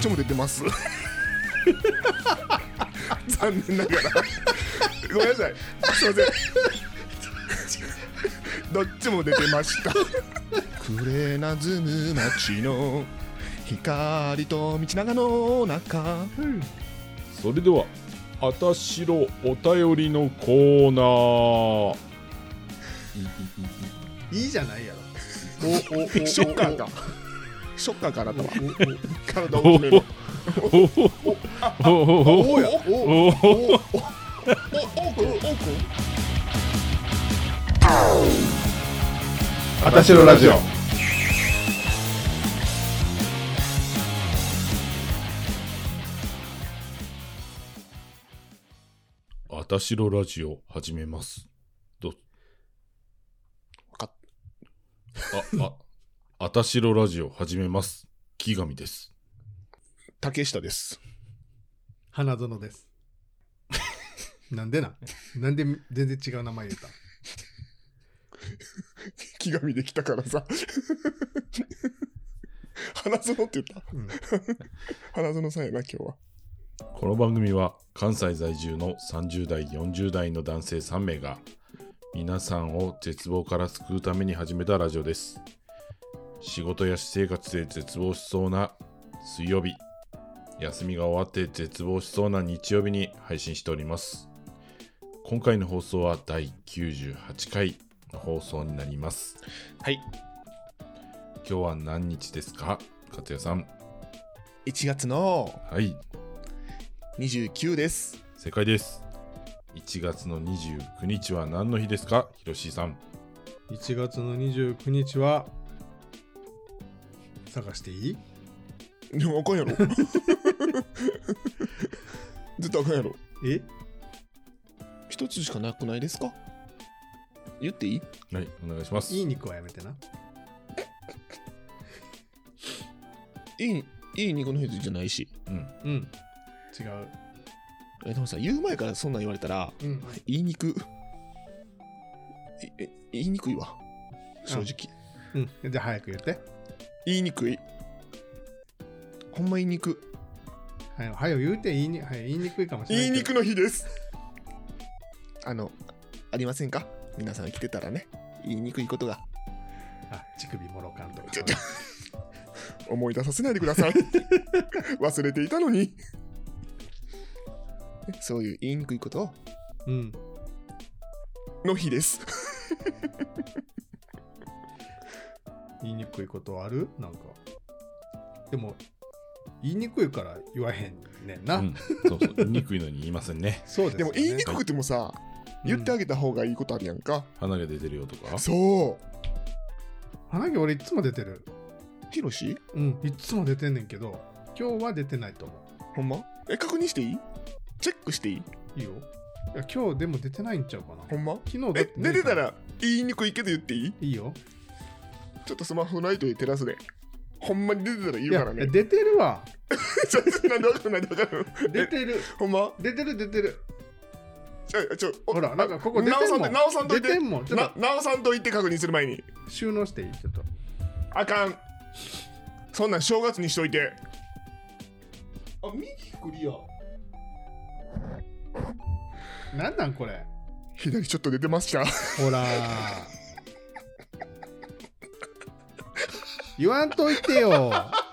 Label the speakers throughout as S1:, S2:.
S1: ちも出てます残念ながらごめんなさい、すいませんどっちも出てましたクレナズム町の光と道長の中、
S2: それではあたしろお便りのコーナー。
S3: いいじゃないやろ。
S1: ショッカーかショッカーかあなたは体大きめの
S3: おや
S2: あたしろラジオ。あたしろラジオ始めます。あたしろラジオ始めます。木上です。
S1: 竹下です。
S3: 花園です。なんで全然違う名前言った。
S1: 木上できたからさ花園って言った、花園さんやな今日は。
S2: この番組は関西在住の30代40代の男性3名が皆さんを絶望から救うために始めたラジオです。仕事や私生活で絶望しそうな水曜日、休みが終わって絶望しそうな日曜日に配信しております。今回の放送は第98回の放送になります。
S1: はい。
S2: 今日は何日ですか、勝也さん。
S1: 1月の
S2: はい
S1: 29です。
S2: 正解です。1月の29日は何の日ですか、ひろしさん。
S3: 1月の29日は探していい？
S1: でもあかんやろ絶対あかんやろ。一つしかなくないですか？言っていい？
S2: はい、お願いします。
S3: いい肉はやめてな。
S1: いい肉の日じゃないし。
S3: 違う。
S1: でもさ、言う前からそんなん言われたら、いい肉言いにくいわ、正直。
S3: じゃあ早く言って。
S1: 言いにくい。ほんま言いにく。
S3: 早く言うて。言いにくいかもしれない。
S1: 言いにくの日です。ありませんか、皆さん来てたらね、言いにくいことが。
S3: 乳首もろかんとか
S1: 思い出させないでください忘れていたのにそういう言いにくいことの日です
S3: 言いにくいことある？なんかでも言いにくいから言わへんねんな、
S2: そう言いにくいのに言いませんね
S3: そうです、ね、
S1: でも言いにくくてもさ、言ってあげた方がいいことあるやんか。
S2: 鼻毛出てるよとか。
S1: そう、
S3: 鼻毛俺いつも出てる。
S1: ひろし？
S3: いつも出てんねんけど今日は出てないと思う。
S1: ほんま？確認していい？チェックしていい？
S3: いいよ。いや今日でも出てないんちゃうかな。
S1: ほんま？
S3: 昨日
S1: 出てたら言いにくいけど言っていい？
S3: いいよ。
S1: ちょっとスマホライトで照らすで。ほんまに出てたら言うからね。
S3: いや出てるわ
S1: ちょっとなんで分かんないで分かる。
S3: 出てる。
S1: ほんま？
S3: 出てる。
S1: ほ
S3: らなんかここ出てんもん。
S1: なおさんといて。
S3: 出てんもん。
S1: なおさんといて確認する前に
S3: 収納していい？ちょっと
S1: あかん。そんなん正月にしといて。右クリア。
S3: なんこれ。
S1: 左ちょっと出てました。
S3: ほら言わんといてよ。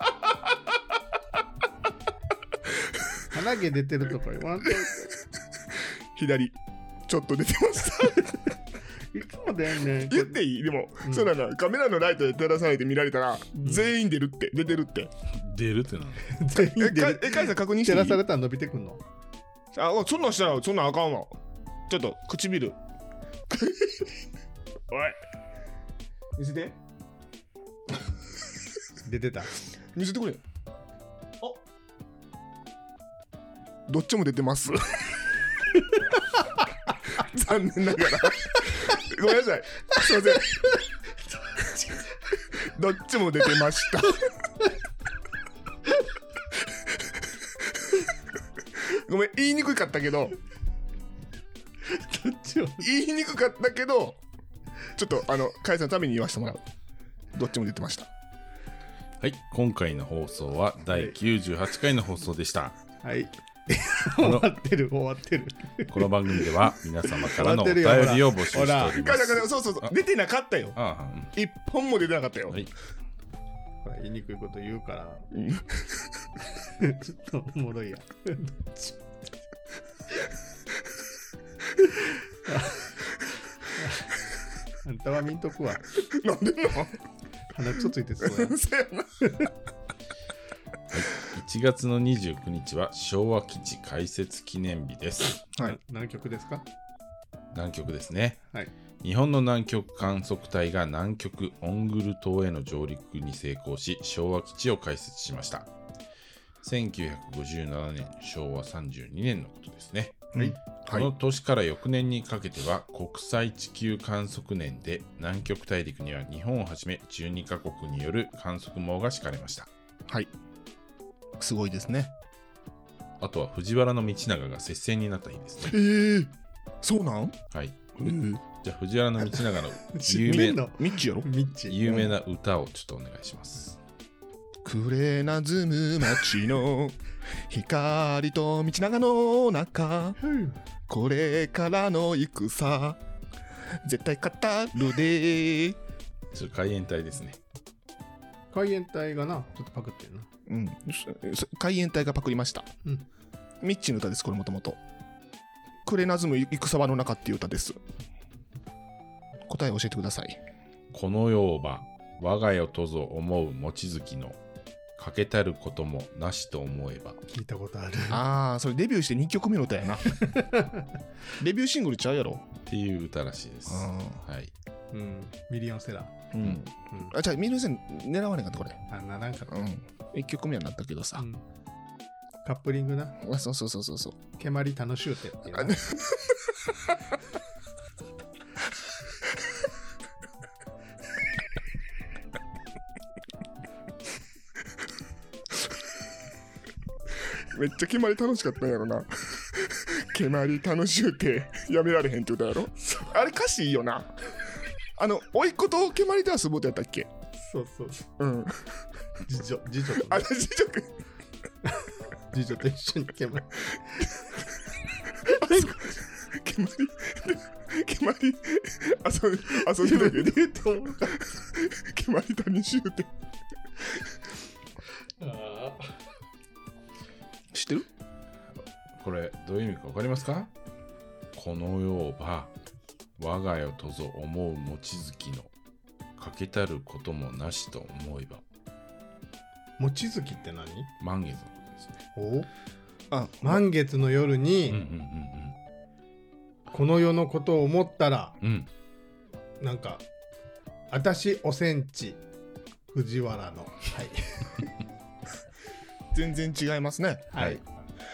S3: 鼻毛出てるとか言わんといて。
S1: 左ちょっと出てました
S3: いつも出んねん。
S1: 言っていい？でも、そうなの、カメラのライトで照らされて見られたら、全員出るって、出てるって。
S2: 出るってな。
S3: 全員出る。
S1: カイさん確認していい？
S3: 照らされたら伸びてくんの？
S1: そんなんしたらそんなんあかんわ。ちょっと唇おい見せて。
S3: 出てた。
S1: 見せてくれ。どっちも出てます残念ながらごめんなさい、すいませんどっちも出てましたごめん、言いにくかったけど言いにくかったけどちょっとカイさんのために言わせてもらう。どっちも出てました。
S2: はい、今回の放送は第98回の放送でした。
S3: はい終わってる。
S2: この番組では皆様からのお便りを募集しております。
S1: そう出てなかったよ。一本も出てなかったよ。
S3: はい、ほら言いにくいこと言うからちょっとおもろいやあんたは見んとくわ。
S1: なんでな
S3: 鼻くそついてそうや
S2: 1月の29日は昭和基地開設記念日です。
S3: はい。何曲ですか？
S2: 南極ですね。
S3: はい。
S2: 日本の南極観測隊が南極オングル島への上陸に成功し、昭和基地を開設しました。1957年、昭和32年のことですね。
S3: はい。
S2: この年から翌年にかけては国際地球観測年で、南極大陸には日本をはじめ12カ国による観測網が敷かれました。
S1: はい。すごいですね。
S2: あとは藤原道長が接戦になった日ですね。
S1: そうなん？
S2: はい。じゃあ藤原道長の有名な歌をちょっとお願いします。
S1: クレナズム町の光と道長の中、これからの戦絶対語るで。
S2: それ海援隊ですね。
S3: 海援隊がなちょっとパクってるな。
S1: うん、海援隊がパクりました。
S3: うん、
S1: ミッチーの歌です。これもともとクレナズム戦場の中っていう歌です。答えを教えてください。
S2: この世ば我が世とぞ思う望月の欠けたることもなしと思えば。
S3: 聞いたことある。
S1: ああ、それデビューして2曲目の歌やなデビューシングルちゃうやろ
S2: っていう歌らしいです。はい。
S3: うん、ミリオンセラー。
S1: うん。あ、じゃあミリオンセラー狙わねえかったこれ。
S3: あ、ならんかった。
S1: 1曲目はなったけどさ。
S3: カップリングな。
S1: そう。
S3: 蹴まり楽しゅうてっていう。
S1: めっちゃ蹴まり楽しかったんやろな蹴まり楽しゅうてやめられへんって歌やろ。あれ歌詞いいよな。おいっ子と蹴まりで遊ぼうってやったっけ。
S3: そう。
S1: うん。
S3: 次女と、ね、次女と一緒に蹴まり
S1: 蹴まり遊んでたけど蹴まり楽しゅうて知ってる？
S2: これどういう意味か分かりますか？この世ば我が世とぞ思う望月の欠けたることもなしと思えば。
S3: 望月って何？
S2: 満月のことですね。
S3: 満月の夜に、この世のことを思ったら、なんかあたしおせんち藤原の、はい
S1: 全然違いますね。
S3: はい。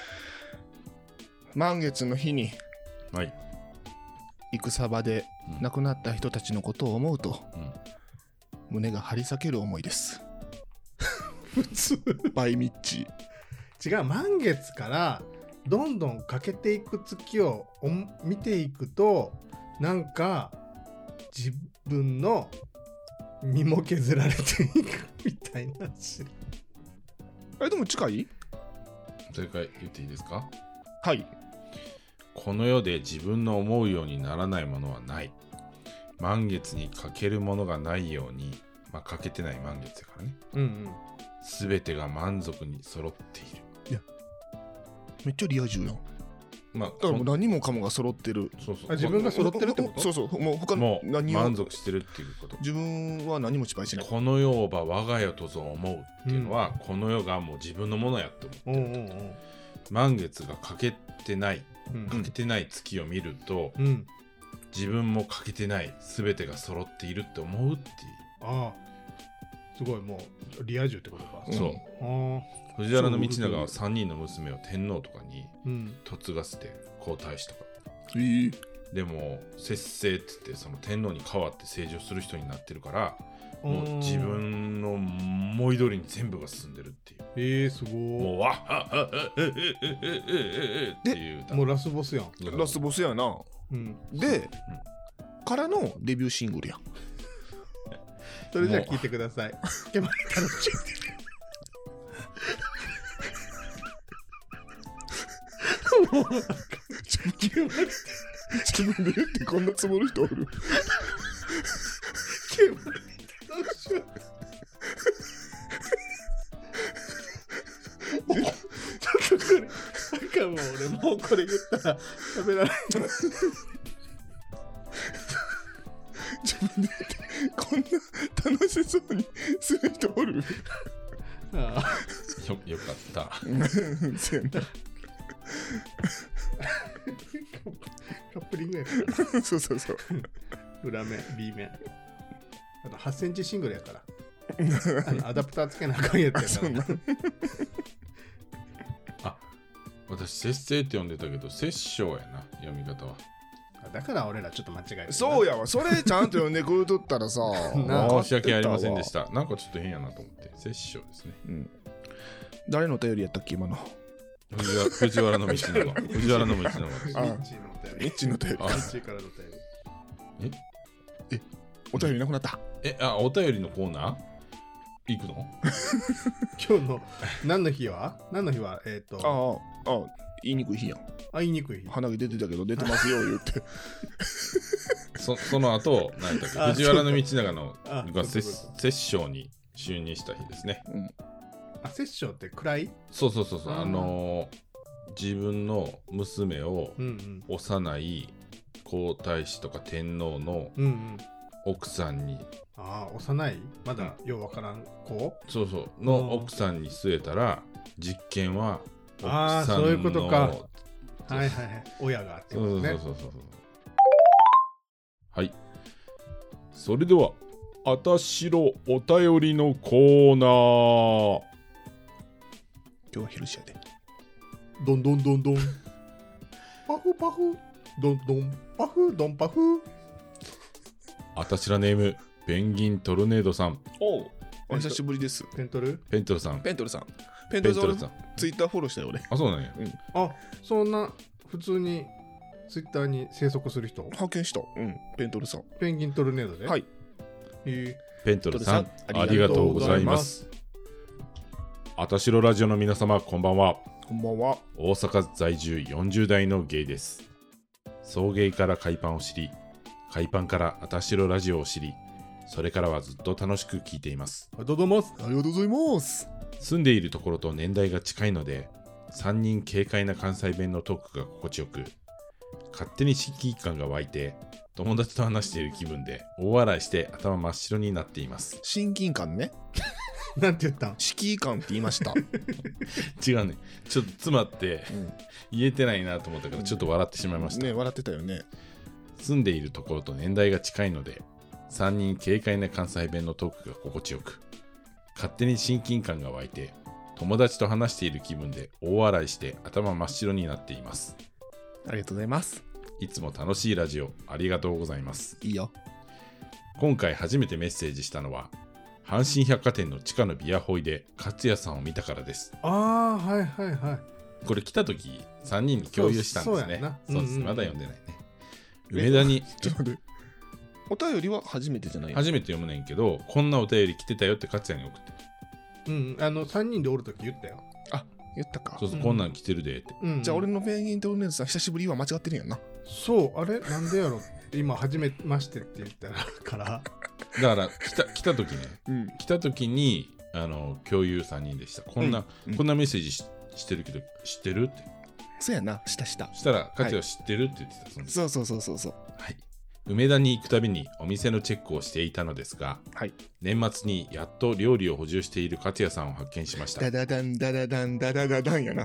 S1: 満月の日に、
S2: はい、
S1: 戦場で亡くなった人たちのことを思うと、胸が張り裂ける思いです。
S3: 普通
S1: バイミッチ
S3: ー。違う、満月からどんどん欠けていく月を見ていくと、なんか自分の身も削られていくみたいな。
S1: でも近い？
S2: 正解言っていいですか？
S1: はい。
S2: この世で自分の思うようにならないものはない。満月に欠けるものがないように、欠けてない満月だからね。すべてが満足に揃っている。
S1: いや、めっちゃリア充やん。だからもう何もかもが揃ってる。
S2: そう。
S3: 自分が揃ってるってこと？
S1: そう。もう他の
S2: 何を満足してるっていうこと。
S1: 自分は何も失敗しない。
S2: この世ば我が世とぞ思うっていうのは、この世がもう自分のものやって思ってる。満月が欠けてない月を見ると、自分も欠けてない、すべてが揃っているって思うっていう。
S3: ああ、すごい、もうリア充ってことか。
S2: そう。藤原道長は3人の娘を天皇とかに嫁がせて皇太子とか。でも節制って言って、その天皇に代わって政治をする人になってるから、もう自分の思い通りに全部が進んでるっていう。
S3: すごい。
S2: もうわっはっはっっていう歌。
S3: もうラスボスやん。
S1: ラスボスやな。で、からのデビューシングルやん。
S3: それじゃあ聞いてください。けまり太郎ちゃんもう
S1: 自分で言ってこんなつもる人おる。
S3: けまり太郎ちゃんちょっとこれなんかもう俺もうこれ言ったら食べられない。
S1: 自分で言ってこんな楽しそうにする人おる。
S3: あ
S2: よかった。
S1: せやな。
S3: カップリングやか
S1: そうそうそう。
S3: ら裏面 B 面8センチシングルやからアダプターつけなあかんやつやから
S2: 私、節制って呼んでたけど、摂政やな、読み方は。
S3: だから俺らちょっと間違えてる
S1: そうやわ。それちゃんと読んでくれとったらさ。
S3: なあ
S2: 申し訳ありませんでした。なんかちょっと変やなと思って。摂政ですね。
S1: うん。誰のお便りやったっけ今の。
S2: 藤原の道の藤原の道の
S3: ミッチーのお便り
S1: ミッチのお便り。
S3: ミッチーからのお便り
S1: お便りなくなった。
S2: お便りのコーナー行くの？
S3: 今日の何の日は
S1: 言いにくい日やん。
S3: 言いにくい日
S1: 鼻毛出てたけど出てますよ言って
S2: その後何だっけ藤原道長のが摂
S3: そう
S2: 政に就任した日ですね。
S3: 摂政って暗い？
S2: そう自分の娘を幼い皇太子とか天皇の奥さんに、
S3: 幼いまだようわからん子
S2: の奥さんに据えたら実験は奥さんの
S3: そういうことか。はいはいはい。親がってことね。
S2: そう。はい。それでは、あたしろお便りのコーナー。
S1: 今日は昼試合で。
S3: どんどんどんどん。パフパフ。どんどんパフどんパフ。
S2: あたしらネーム、ペンギントルネードさん。
S1: お久しぶりです。
S2: ペントルさん。
S1: ツイッターフォローしたよ俺。
S2: そうなんや。
S3: そんな普通にツイッターに生息する人
S1: 発見した。ペントルさん。
S3: ペンギントルネードで。
S1: はい。
S2: ペントルさん、ありがとうございます。あたしろラジオの皆様、こんばんは。
S1: こんばんは。
S2: 大阪在住40代のゲイです。送迎から海パンを知り、海パンからあたしろラジオを知り、それからはずっと楽しく聞いています。
S3: ありがとうございます。
S1: ありがとうございます。
S2: 住んでいるところと年代が近いので、3人軽快な関西弁のトークが心地よく、勝手に親近感が湧いて、友達と話している気分で大笑いして頭真っ白になっています。
S1: 親近感ね。
S3: なんて言ったん？
S1: 敷居感って言いました。
S2: 違うね。ちょっと詰まって、言えてないなと思ったからちょっと笑ってしまいました。
S1: ね、笑ってたよね。
S2: 住んでいるところと年代が近いので、3人軽快な関西弁のトークが心地よく、勝手に親近感が湧いて、友達と話している気分で大笑いして頭真っ白になっています。
S1: ありがとうございます。
S2: いつも楽しいラジオありがとうございます。
S1: いいよ。
S2: 今回初めてメッセージしたのは、阪神百貨店の地下のビアホイで勝也さんを見たからです。
S3: はいはいはい。
S2: これ来た時3人に共有したんですね。そうです、まだ読んでないね。梅田に
S1: ちょっと待って、お便りは初めてじゃない？
S2: 初めて読むねんけど、こんなお便り来てたよって勝也に送って。
S3: 3人でおるとき言ったよ。
S1: 言ったか。
S2: そう、こんなん来てるでって。
S1: じゃあ俺のペンギントルネードさん久しぶりは間違ってるんやんな。
S3: そう、あれなんでやろって今初めましてって言ったから
S2: だから来た時ね、来た時に共有3人でした。こんなメッセージしてるけど知ってるって。
S1: そうやな、した
S2: ら勝也知ってるって言ってた。
S1: そう。
S2: はい。梅田に行くたびにお店のチェックをしていたのですが、年末にやっと料理を補充している勝也さんを発見しました。
S1: ダダダンダダダンダダダダンやな。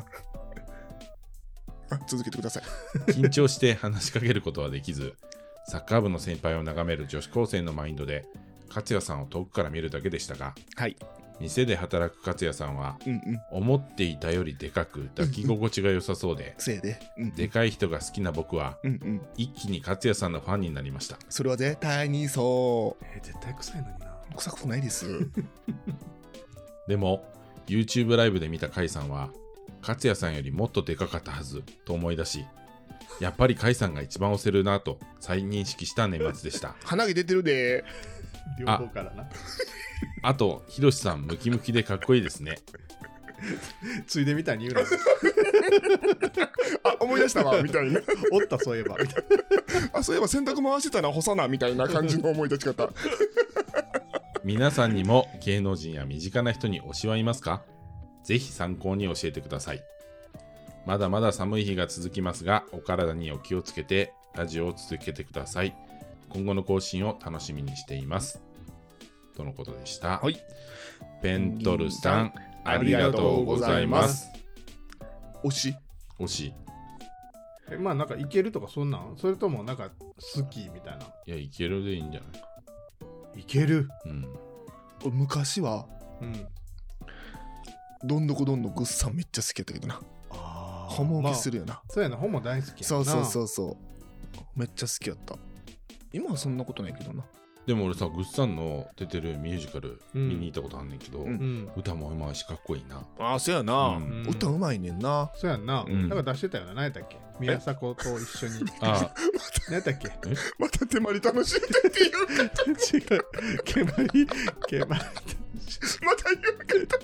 S1: 続けてください。
S2: 緊張して話しかけることはできず、サッカー部の先輩を眺める女子高生のマインドで勝也さんを遠くから見るだけでしたが、店で働く勝也さんは、思っていたよりでかく抱き心地が良さそうで、でかい人が好きな僕は、一気に勝也さんのファンになりました。
S1: それは絶対にそう。
S3: 絶対臭いのにな。
S1: 臭くないです。
S2: でも YouTube ライブで見た甲斐さんは勝也さんよりもっとでかかったはずと思い出し、やっぱり甲斐さんが一番推せるなと再認識した年末でした。
S1: 鼻毛出てるで。
S3: 両方からな。
S2: あと、ひろしさん、ムキムキでかっこいいですね。
S3: ついでみたいに言うな。
S1: あ、思い出したわみたいな。
S3: おったそういえばみたい
S1: あ、そういえば洗濯回してたな、干さなみたいな感じの思い出し方。
S2: 皆さんにも芸能人や身近な人に推しはいますか？ぜひ参考に教えてください。まだまだ寒い日が続きますが、お体にお気をつけてラジオを続けてください。今後の更新を楽しみにしています。とのことでした。
S1: はい。
S2: ペントルさん、ありがとうございます。
S1: 推し
S2: 推し。
S3: な。まあなんかいけるとかそんなん？それともなんか好きみたいな。
S2: いや、いけるでいいんじゃない？
S3: いける。
S2: うん。
S1: 昔は
S3: うん。
S1: どんどこどんどんグッさんめっちゃ好きやったけどな。
S3: あ
S1: ホモ受けするよな、
S3: まあ、そうやな、ホモ大好きやな。
S1: そうそうそうそうめっちゃ好きやった。今はそんなことないけどな。
S2: でも俺さ、グッサンの出てるミュージカル
S3: うん
S2: 見に行ったことあんねんけど、
S1: うん
S2: 歌もうまいしかっこいいな。
S1: ああ、そうやな、
S2: うん
S1: 歌うまいねんな。
S3: そうやんな。
S2: うん
S3: なんか出してたよな。何やったっけ？宮迫と一緒に。
S2: あ
S3: 何やったっけ？
S1: また手まり楽しんでっていうか
S3: 違う。蹴まり。
S1: また言うかと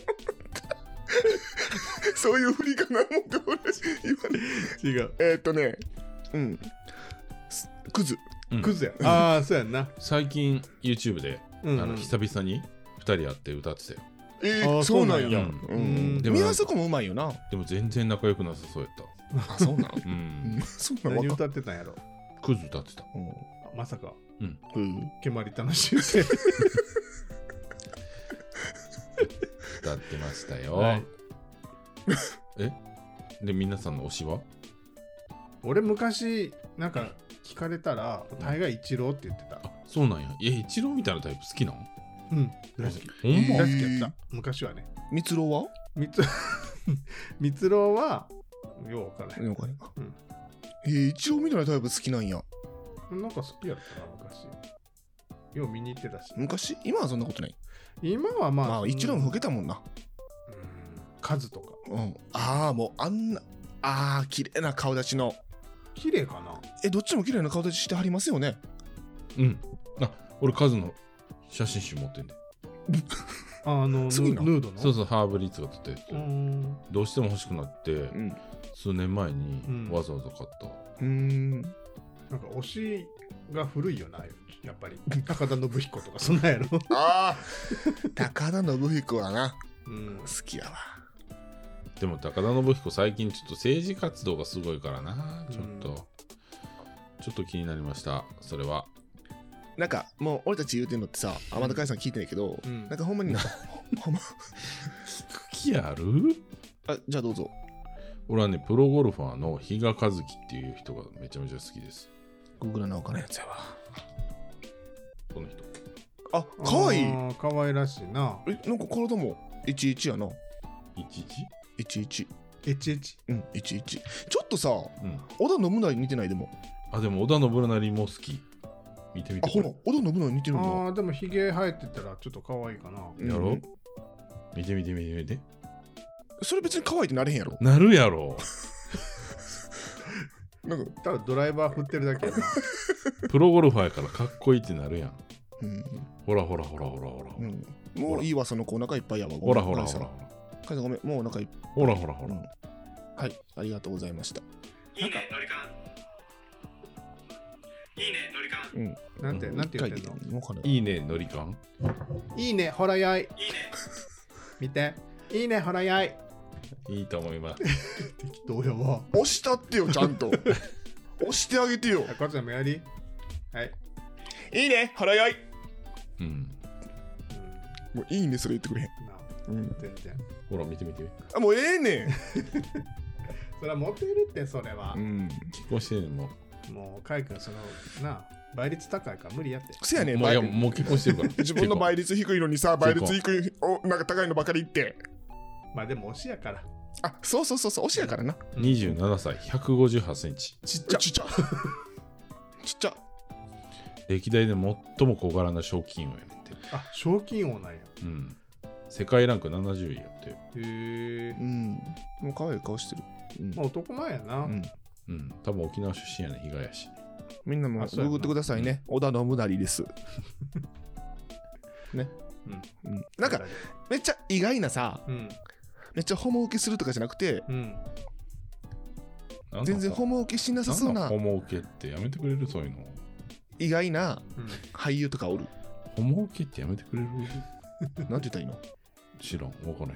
S1: そういう振りかなもんで俺言われ
S3: 違う。
S1: うんクズ
S2: うん
S3: クズや。ああ、そうやんな。
S2: 最近 YouTube で、
S3: うん
S2: 久々に2人会って歌ってたよ。
S3: あー
S1: そうなんや。
S2: そうなんや
S1: うん
S2: でもなんか
S1: 宮迫もうまいよな。
S2: でも全然仲良くなさそうやった。
S1: あ、そうなん
S2: うん。
S1: そんなん
S3: 何
S1: わか
S3: 歌ってたんやろ。
S2: クズ歌ってた。
S3: あまさか。
S1: うん
S3: 蹴まり楽しんで。
S2: 歌ってましたよ。
S3: はい
S2: で、皆さんの推しは？
S3: 俺昔なんか聞かれたら大概イチローって言ってた。
S2: あ、そうなんや。イチローみたいなタイプ好きなの？
S3: うん。大好き。
S2: ほんま
S3: 大好きやった。昔はね。
S1: みつろは
S3: みつろうはよう分からへん。
S1: わかんないか
S3: うん
S1: 一応みたいなタイプ好きなんや。
S3: なんか好きやったな昔。よう見に行ってたし。
S1: 昔今はそんなことない。
S3: 今はまあ。
S1: まあ一郎も老けたもんな。
S3: 数とか。
S1: うんああ、もうあんな綺麗な顔立ちの。
S3: 綺麗かな。
S1: どっちも綺麗な顔立ちしてはりますよね。
S2: うん。あ、俺カズの写真集持ってんで。
S1: すごいな
S3: ヌードの。
S2: そうそう、ハーブリーツが撮ったやつ。
S3: うん。
S2: どうしても欲しくなって、
S1: うん
S2: 数年前に
S3: うん
S2: わざわざ買った。
S1: なん
S3: か推しが古いよな、やっぱり。高田信彦とかそんなんやろ。
S1: ああ高田信彦はな
S3: うん。
S1: 好きやわ。
S2: でも高田信彦最近ちょっと政治活動がすごいからな。ちょっと気になりました。それは。
S1: なんかもう俺たち言うてんのってさ、天田海さん聞いてないけど、
S3: うん
S1: なんかほんまになんかほんま
S2: 気ある？
S1: じゃあどうぞ。
S2: 俺はね、プロゴルファーの比嘉一貴っていう人がめちゃめちゃ好きです。
S1: グーグルのお金やつやわ。
S2: この人。
S1: あ、かわいい。
S3: かわいらしいな。
S1: なんか体も11やな。
S2: 11？
S1: 11。
S3: HH。
S1: うん11。ちょっとさ、
S2: うん。
S1: 織田信成似てないでも。
S2: あ、でも織田信成も好き。見てみて。
S1: あ、ほら織田信成似てるんだ。
S3: ああ、でもヒゲ生えてたらちょっとかわいいかな。
S2: やろ
S1: うん
S2: 見て。
S1: それ別に可愛いってなれへんやろ。
S2: なるやろ。
S1: なんか、
S3: ただドライバー振ってるだけやな。
S2: プロゴルファーやからかっこいいってなるやん。
S1: うん
S2: ほら。
S1: うん、もういいわ、その子お腹いっぱいやわ。
S2: ほら。
S1: カイさんごめん、もうお腹いっ
S2: ほら。
S1: ぱい。はい、ありがとうございました。
S4: いいね、のりかん。いいね、のりかん。
S1: うん。
S3: なんて言ってんの？
S1: のわかる
S2: いいね、のりかん。
S3: いいね、ほらやい。
S4: いいね。
S3: 見て。いいね、ほらやい。
S2: いいと思います。
S3: 適当やわ。
S1: 押したってよ、ちゃんと。押してあげてよ。
S3: こっちもやり。はい。
S1: いいね、腹やい。
S2: うん。
S1: もういいね、それ言ってくれへん。
S3: な
S1: うん。
S3: 全然。
S2: ほら、見て。
S1: あ、もうええね
S3: それはモテるって、それは
S1: ん。う。ん。
S2: 結婚してるのも
S3: もう、カイ君、その、倍率高いから無理やって。
S1: せやねん、
S2: もういや、もう結婚してるから。
S1: 自分の倍率低いのにさ、倍率低い、なんか高いのばかり言って。
S3: まあでも推しやから。
S1: あ、そう、推しやからな。
S2: 27歳、158センチ。
S1: ちっちゃ。ちっちゃ。
S2: 歴代で最も小柄な賞金王やねんて。
S3: あ、賞金王なんや。
S2: うん。世界ランク70位やって。
S3: へえ
S1: う。ん。もう可愛い顔してる。うん
S3: まあ男前やな。
S1: うん。
S2: うん。多分沖縄出身やね、比嘉やし。
S1: みんなも
S3: あそうやな
S1: ググってくださいね。織田信成です。 ね、
S3: うん
S1: うん、なんかめっちゃ意外なさ、
S3: うん
S1: めっちゃホモ受けするとかじゃなくて、
S3: うん
S2: なんか
S1: 全然ホモ受けしなさそうな
S2: ホモ受けってやめてくれるそういうの。
S1: 意外な
S3: うん
S1: 俳優とかおる。
S2: ホモ受けってやめてくれる。
S1: なんて言ったらいいの？
S2: 知らん、わからない。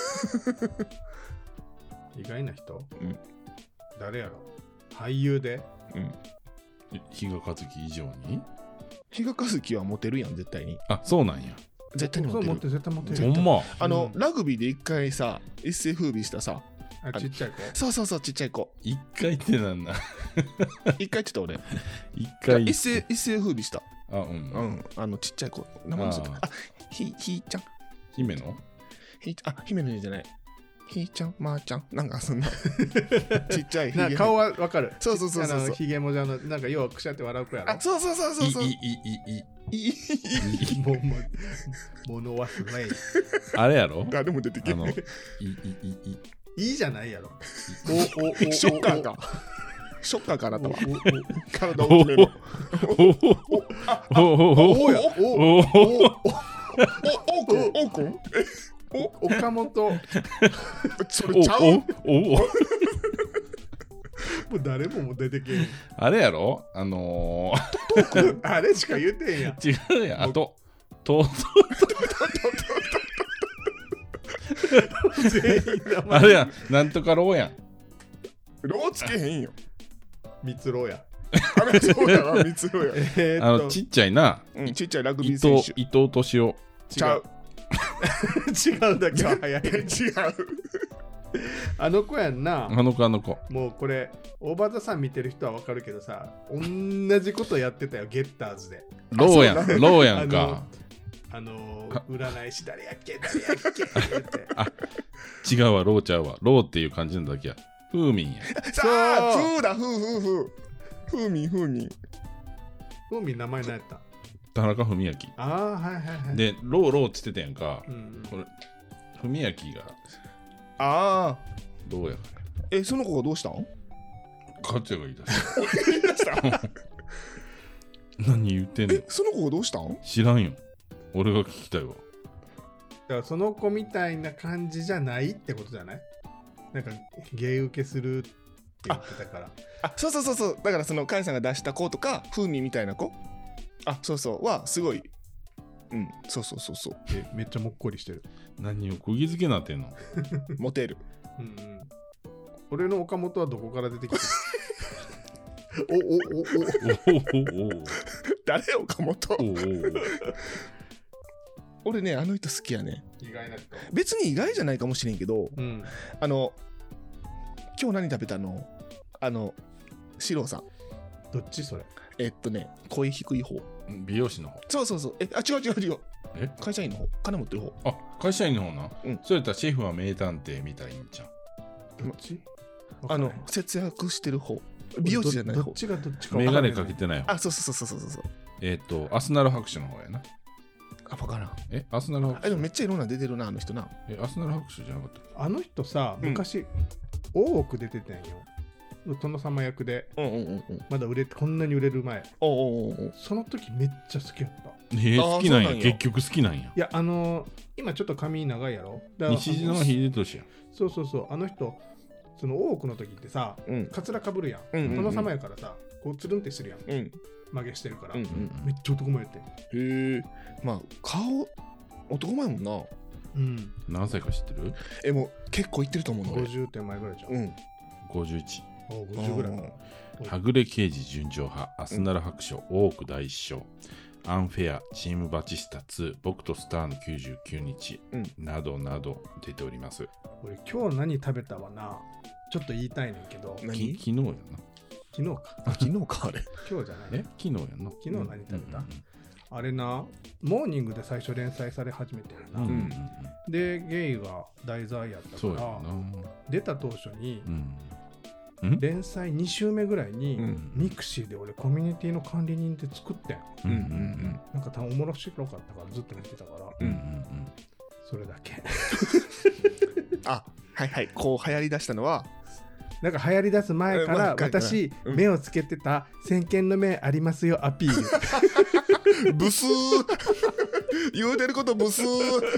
S3: 意外な人、
S1: うん
S3: 誰やろ？俳優で
S2: 比嘉一貴以上に。
S1: 比嘉一貴はモテるやん絶対に。
S2: あ、そうなんや。
S1: 絶対にモテる。
S3: 絶対持って
S2: ほ
S3: る。
S2: んま。
S3: うん
S1: ラグビーで一回さ一世風靡したさ、
S3: あ、ちっちゃい子。
S1: そうちっちゃい子
S2: 一回ってなんだ。
S1: 一回ちょっと俺
S2: 一回。
S1: 一世風靡した。
S2: あ、うん。
S1: ちっちゃい子名前忘れた。ひーちゃん
S2: 姫の
S1: 姫のじゃない。ひーちゃんまーちゃんなんかそんなちっちゃいひげ。
S3: 顔はわかる。
S1: そう
S3: ひげもじゃのなんかようくしゃって笑う子やろ。
S1: あ、そう
S3: ものはすごい。
S2: あれやろ。
S1: 誰も出てけない。
S3: いいじゃないやろ。
S1: ショッカーか。ショッカーかなとは。体大きめの。
S3: おや
S1: おくん
S3: 岡本。
S1: それちゃう？もう
S3: 誰も出てけん。
S2: あれやろ。
S3: あれしか言うてんや。
S2: 違うやん。あとあれやん。なんとかろうやん。
S1: ローつけへんよ。
S3: 蜜ろや。
S1: あれそうやな、三つろや。
S2: ちっちゃいな。
S1: ちっちゃいラグビー選手。
S2: 伊藤敏夫。
S1: ちゃう。
S3: 違うだけは早い。
S1: 違う。
S3: あの子やんな。
S2: あの子。
S3: もうこれ大場さん見てる人はわかるけどさ、同じことやってたよ、ゲッターズで。
S2: ローやんか。
S3: 占い師誰やっけって
S2: 違うわ、ローちゃうわ。ローっていう感じのだけや。フーミンや。
S1: さあ、フーだ、フーミン。
S3: ふうみん名前何やった？
S2: 田中文明。
S3: ああ、はいはいはい。
S2: で、ローって言ってたやんか。
S3: うん
S2: これ、文明が
S1: ああ。
S2: ローやから。
S1: その子がどうしたん？
S2: 勝也が言い出した。何言ってんの？
S1: その子がどうしたん？
S2: 知らんよ。俺が聞きたいわ。
S3: だからその子みたいな感じじゃないってことじゃない？なんか芸受けするって言ってたから。
S1: あ、そうだからそのカイさんが出した子とか風味みたいな子、あ、そうはすごい、そう
S3: めっちゃもっこりしてる。
S2: 何を釘付けなってんの？
S1: モテる。
S3: 俺の岡本はどこから出てきた？
S1: 誰岡本？俺ね、あの人好きやね。
S3: 意外な人。
S1: 別に意外じゃないかもしれんけど、今日何食べたの？シローさん。
S3: どっちそれ？
S1: 声低い方。
S2: 美容師の方。
S1: そう。違う。会社員の方。金持ってる方。
S2: あ、会社員の方な。
S1: うん。
S2: そうやったらシェフは名探偵みたいんじゃん。
S3: どっち？
S1: 節約してる方。美容師じゃない方。
S3: どっちがどっちか
S2: メガネかけてない方。
S1: あ、そう。
S2: アスナル白書の方やな。
S1: あ、わからん。
S2: アスナル白書。
S1: でもめっちゃいろんな出てるな、あの人な。
S2: アスナル白書じゃなかった？
S3: あの人さ、昔、大奥出てたんよ。殿様役で。まだこんなに売れる前。その時めっちゃ好きやった。
S2: 好きなんや。結局好きなんや。
S3: いや、今ちょっと髪長いやろ。
S2: 西島秀俊やん。
S3: そう。あの人、その大奥の時ってさ、カツラかぶるやん。殿様やからさ、こうつるんってしてるやん。曲げしてるから。めっちゃ男前やって。
S1: へえ。まあ、顔、男前もんな。
S2: 何歳か知ってる？
S1: もう結構いってると思うの。
S3: 50点前ぐらいじゃん。
S2: 51。
S3: 50ぐらい。
S2: はぐれ刑事純情派、アスナル白書、大奥大師匠、アンフェア、チームバチスタ2、僕とスターの99日、などなど出ております。
S3: 俺今日何食べたわな、ちょっと言いたいねんけど。
S2: 昨日やな。
S3: 昨日か。
S1: 昨日か、あれ。
S3: 今日じゃない。
S2: 昨日やな。
S3: 昨日何食べた？あれな、モーニングで最初連載され始めてるな。で、ゲイが題材やったから、出た当初に、連載2週目ぐらいに、ミクシーで俺コミュニティの管理人って作ってん。なんか多分おもろしろかったからずっと見てたから、それだけ。
S1: あ、はい。こう流行り出したのは、
S3: なんか流行り出す前から私、目をつけてた先見の目ありますよアピール
S1: ブスー言うてることブスー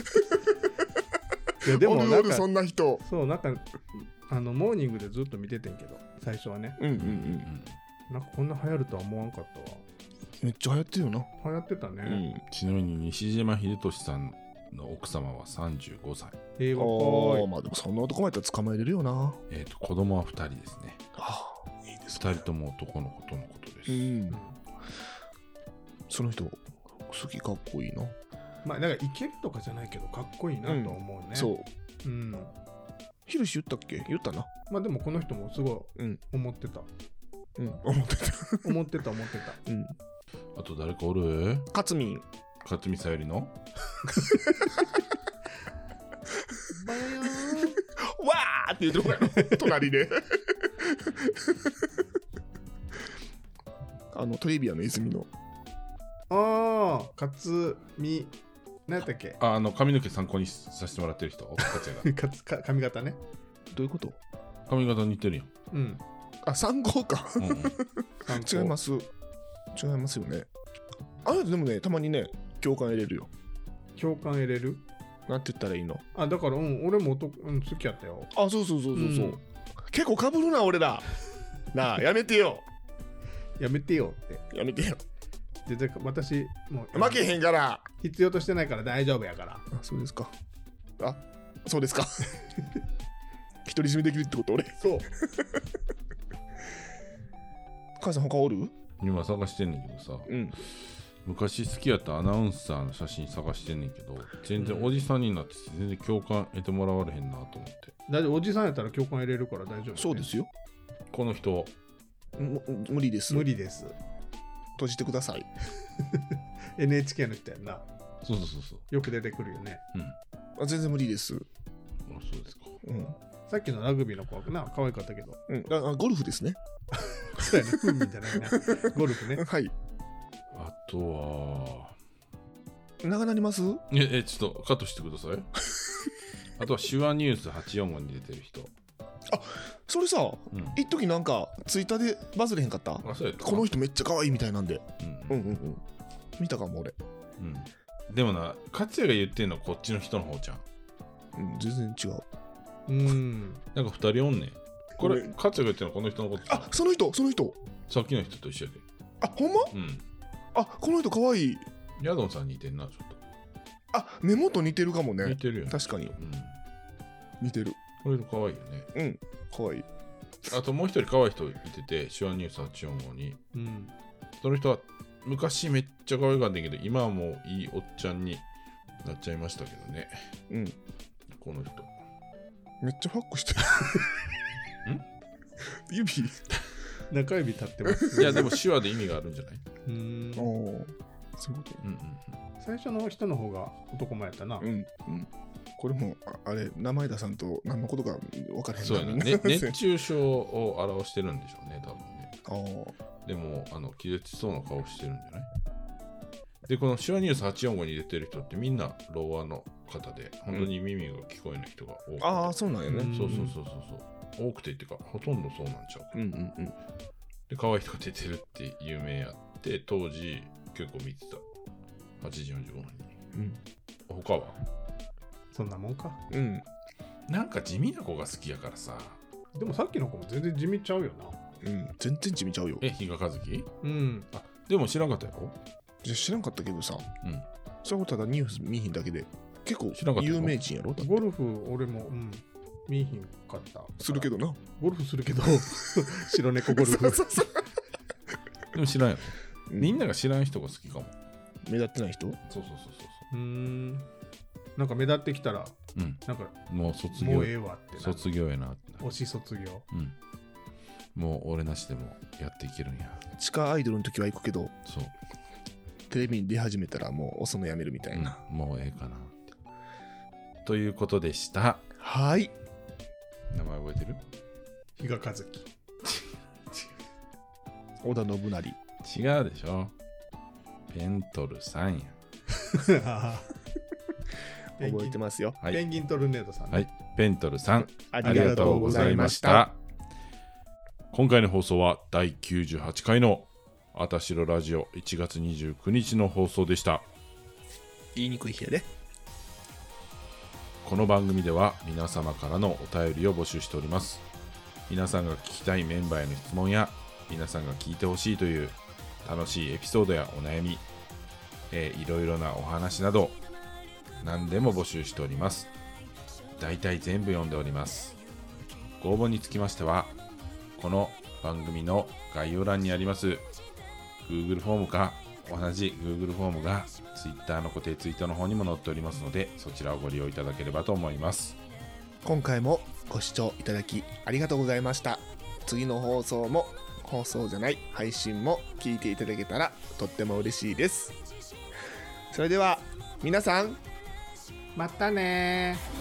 S3: いやでもなんか
S1: そんな人
S3: そうなんかモーニングでずっと見ててんけど最初はね、なんかこんな流行るとは思わんかったわ。
S1: めっちゃ流行ってるよな。
S3: 流行ってたね、
S2: ちなみに西島秀俊さんの奥様は35歳。
S3: 若い。
S1: まあでもそんな男前やったら捕まえれるよな。
S2: 子供は2人ですね。
S1: いいです
S2: 2人とも男の子とのことです。
S1: その人好き、かっこいいな。
S3: まあなんかイケるとかじゃないけどかっこいいなと思うね。
S1: そう。ヒロシ言ったっけ？言ったな。
S3: まあでもこの人もすごい思ってた。
S1: 思ってた。
S3: 思ってた。
S2: あと誰かおる？
S1: 勝見
S2: さゆりの
S3: バヤーン
S1: わーって言うとこやろ隣でトリビアの泉の
S3: 勝見何やったっけ？
S2: 髪の毛参考にさせてもらってる人
S3: 髪型ね。
S1: どういうこと？
S2: 髪型似てるやん。
S1: 参考か違いますよね。でもねたまにね共感得れるよ。
S3: 共感得れる？
S1: なんて言ったらいいの？
S3: だから俺も好きやったよ。
S1: そう、結構かぶるな俺らなあ。やめてよ
S3: ってやめてよ。で私もう
S1: 負けへんから
S3: 必要としてないから大丈夫やから。
S1: そうですか。そうですか独り占めできるってこと俺。
S3: そう
S1: 母さん他おる？
S2: 今探してんねんけどさ、昔好きやったアナウンサーの写真探してんねんけど全然おじさんになって全然共感得てもらわれへんなと思って。
S3: だっておじさんやったら共感得れるから大丈夫、ね、
S1: そうですよ。
S2: この人
S1: 無理です。
S3: 無理です。
S1: 閉じてください
S3: NHK の人やんな。
S2: そう
S3: よく出てくるよね。
S1: 全然無理です。
S2: そうですか。
S3: さっきのラグビーの子はな可愛かったけど、
S1: ゴルフですね。
S3: そうやね。フンみたいなゴルフね。
S1: はい。
S2: あとは
S1: 長なります？
S2: ちょっとカットしてくださいあとは手話ニュース845に出てる人。
S1: それさ、一時なんかツイッターでバズれへんかった？
S2: そうやった。
S1: この人めっちゃ可愛いみたいなんで。見たかも俺。
S2: でもな、勝也が言ってんのはこっちの人の方じゃん。
S1: 全然違う。
S2: なんか2人おんねん。これ勝也が言ってんのはこの人のこと。
S1: その人
S2: さっきの人と一緒やで。
S1: ほんま？この人可愛い。
S2: ヤドンさん似てんなちょっと。
S1: 目元似てるかもね。
S2: 似てるよね。
S1: 確かに。似てる。
S2: これ可愛いよね。
S1: 可愛い。
S2: あともう一人可愛い人いてて、手話ニュース845に。その人は昔めっちゃ可愛かったけど、今はもういいおっちゃんになっちゃいましたけどね。この人。
S1: めっちゃファックしてる。指
S3: 中指立ってます。
S2: いやでも手話で意味があるんじゃない？
S1: そういうこと。
S3: 最初の人の方が男前やったな。
S1: これも名前出さんと何のことか分からへん。
S2: そうやね。熱中症を表してるんでしょうね、多分ね。でも気絶しそうな顔してるんじゃない？でこの手話ニュース845に出てる人ってみんな老和の方で本当に耳が聞こえない人が多くて。
S1: そうなんやね。
S2: そう多くてっていうかほとんどそうなんちゃう。で可愛い人が出てるって有名やって当時結構見てた。8時45分に。他は
S3: そんなもんか。
S2: なんか地味な子が好きやからさ。
S3: でもさっきの子も全然地味ちゃうよな。
S1: 全然地味ちゃうよ。
S2: 比嘉一貴？でも知らんかったやろ？
S1: 知らんかったけどさ、それをただニュース見ひんだけで結構有名人やろ。
S3: ゴルフ俺も見ひんかった。
S1: するけどな。
S3: ゴルフするけど白猫ゴルフ。
S2: でも知らんやろ。みんなが知らん人が好きかも。
S1: 目立ってない人？
S3: そうなんか目立ってきたら、なんか
S2: もう卒業。
S3: もうええわって。
S2: 卒業やなって。
S3: 推し卒業。
S2: もう俺なしでもやっていけるんや。
S1: 地下アイドルの時は行くけど、
S2: そう
S1: テレビに出始めたらもう遅のやめるみたいな。
S2: もうええかなって。ということでした。
S1: はい。
S2: 名前覚えてる？
S3: 比嘉一貴。
S1: 織田信成。
S2: 違うでしょ。ペントルさんや。
S1: 覚えてますよ。
S3: ペンギントルネードさん、ね。
S2: はい。ペントルさん。
S1: ありがとうございました。
S2: 今回の放送は第98回のあたしろラジオ1月29日の放送でした。
S1: 言いにくい日やで。
S2: この番組では皆様からのお便りを募集しております。皆さんが聞きたいメンバーへの質問や皆さんが聞いてほしいという楽しいエピソードやお悩み、いろいろなお話など何でも募集しております。だいたい全部読んでおります。ご応募につきましてはこの番組の概要欄にあります Google フォームか同じ Google フォームが Twitter の固定ツイートの方にも載っておりますので、そちらをご利用いただければと思います。
S1: 今回もご視聴いただきありがとうございました。次の配信も聞いていただけたらとっても嬉しいです。それでは皆さん、
S3: またね。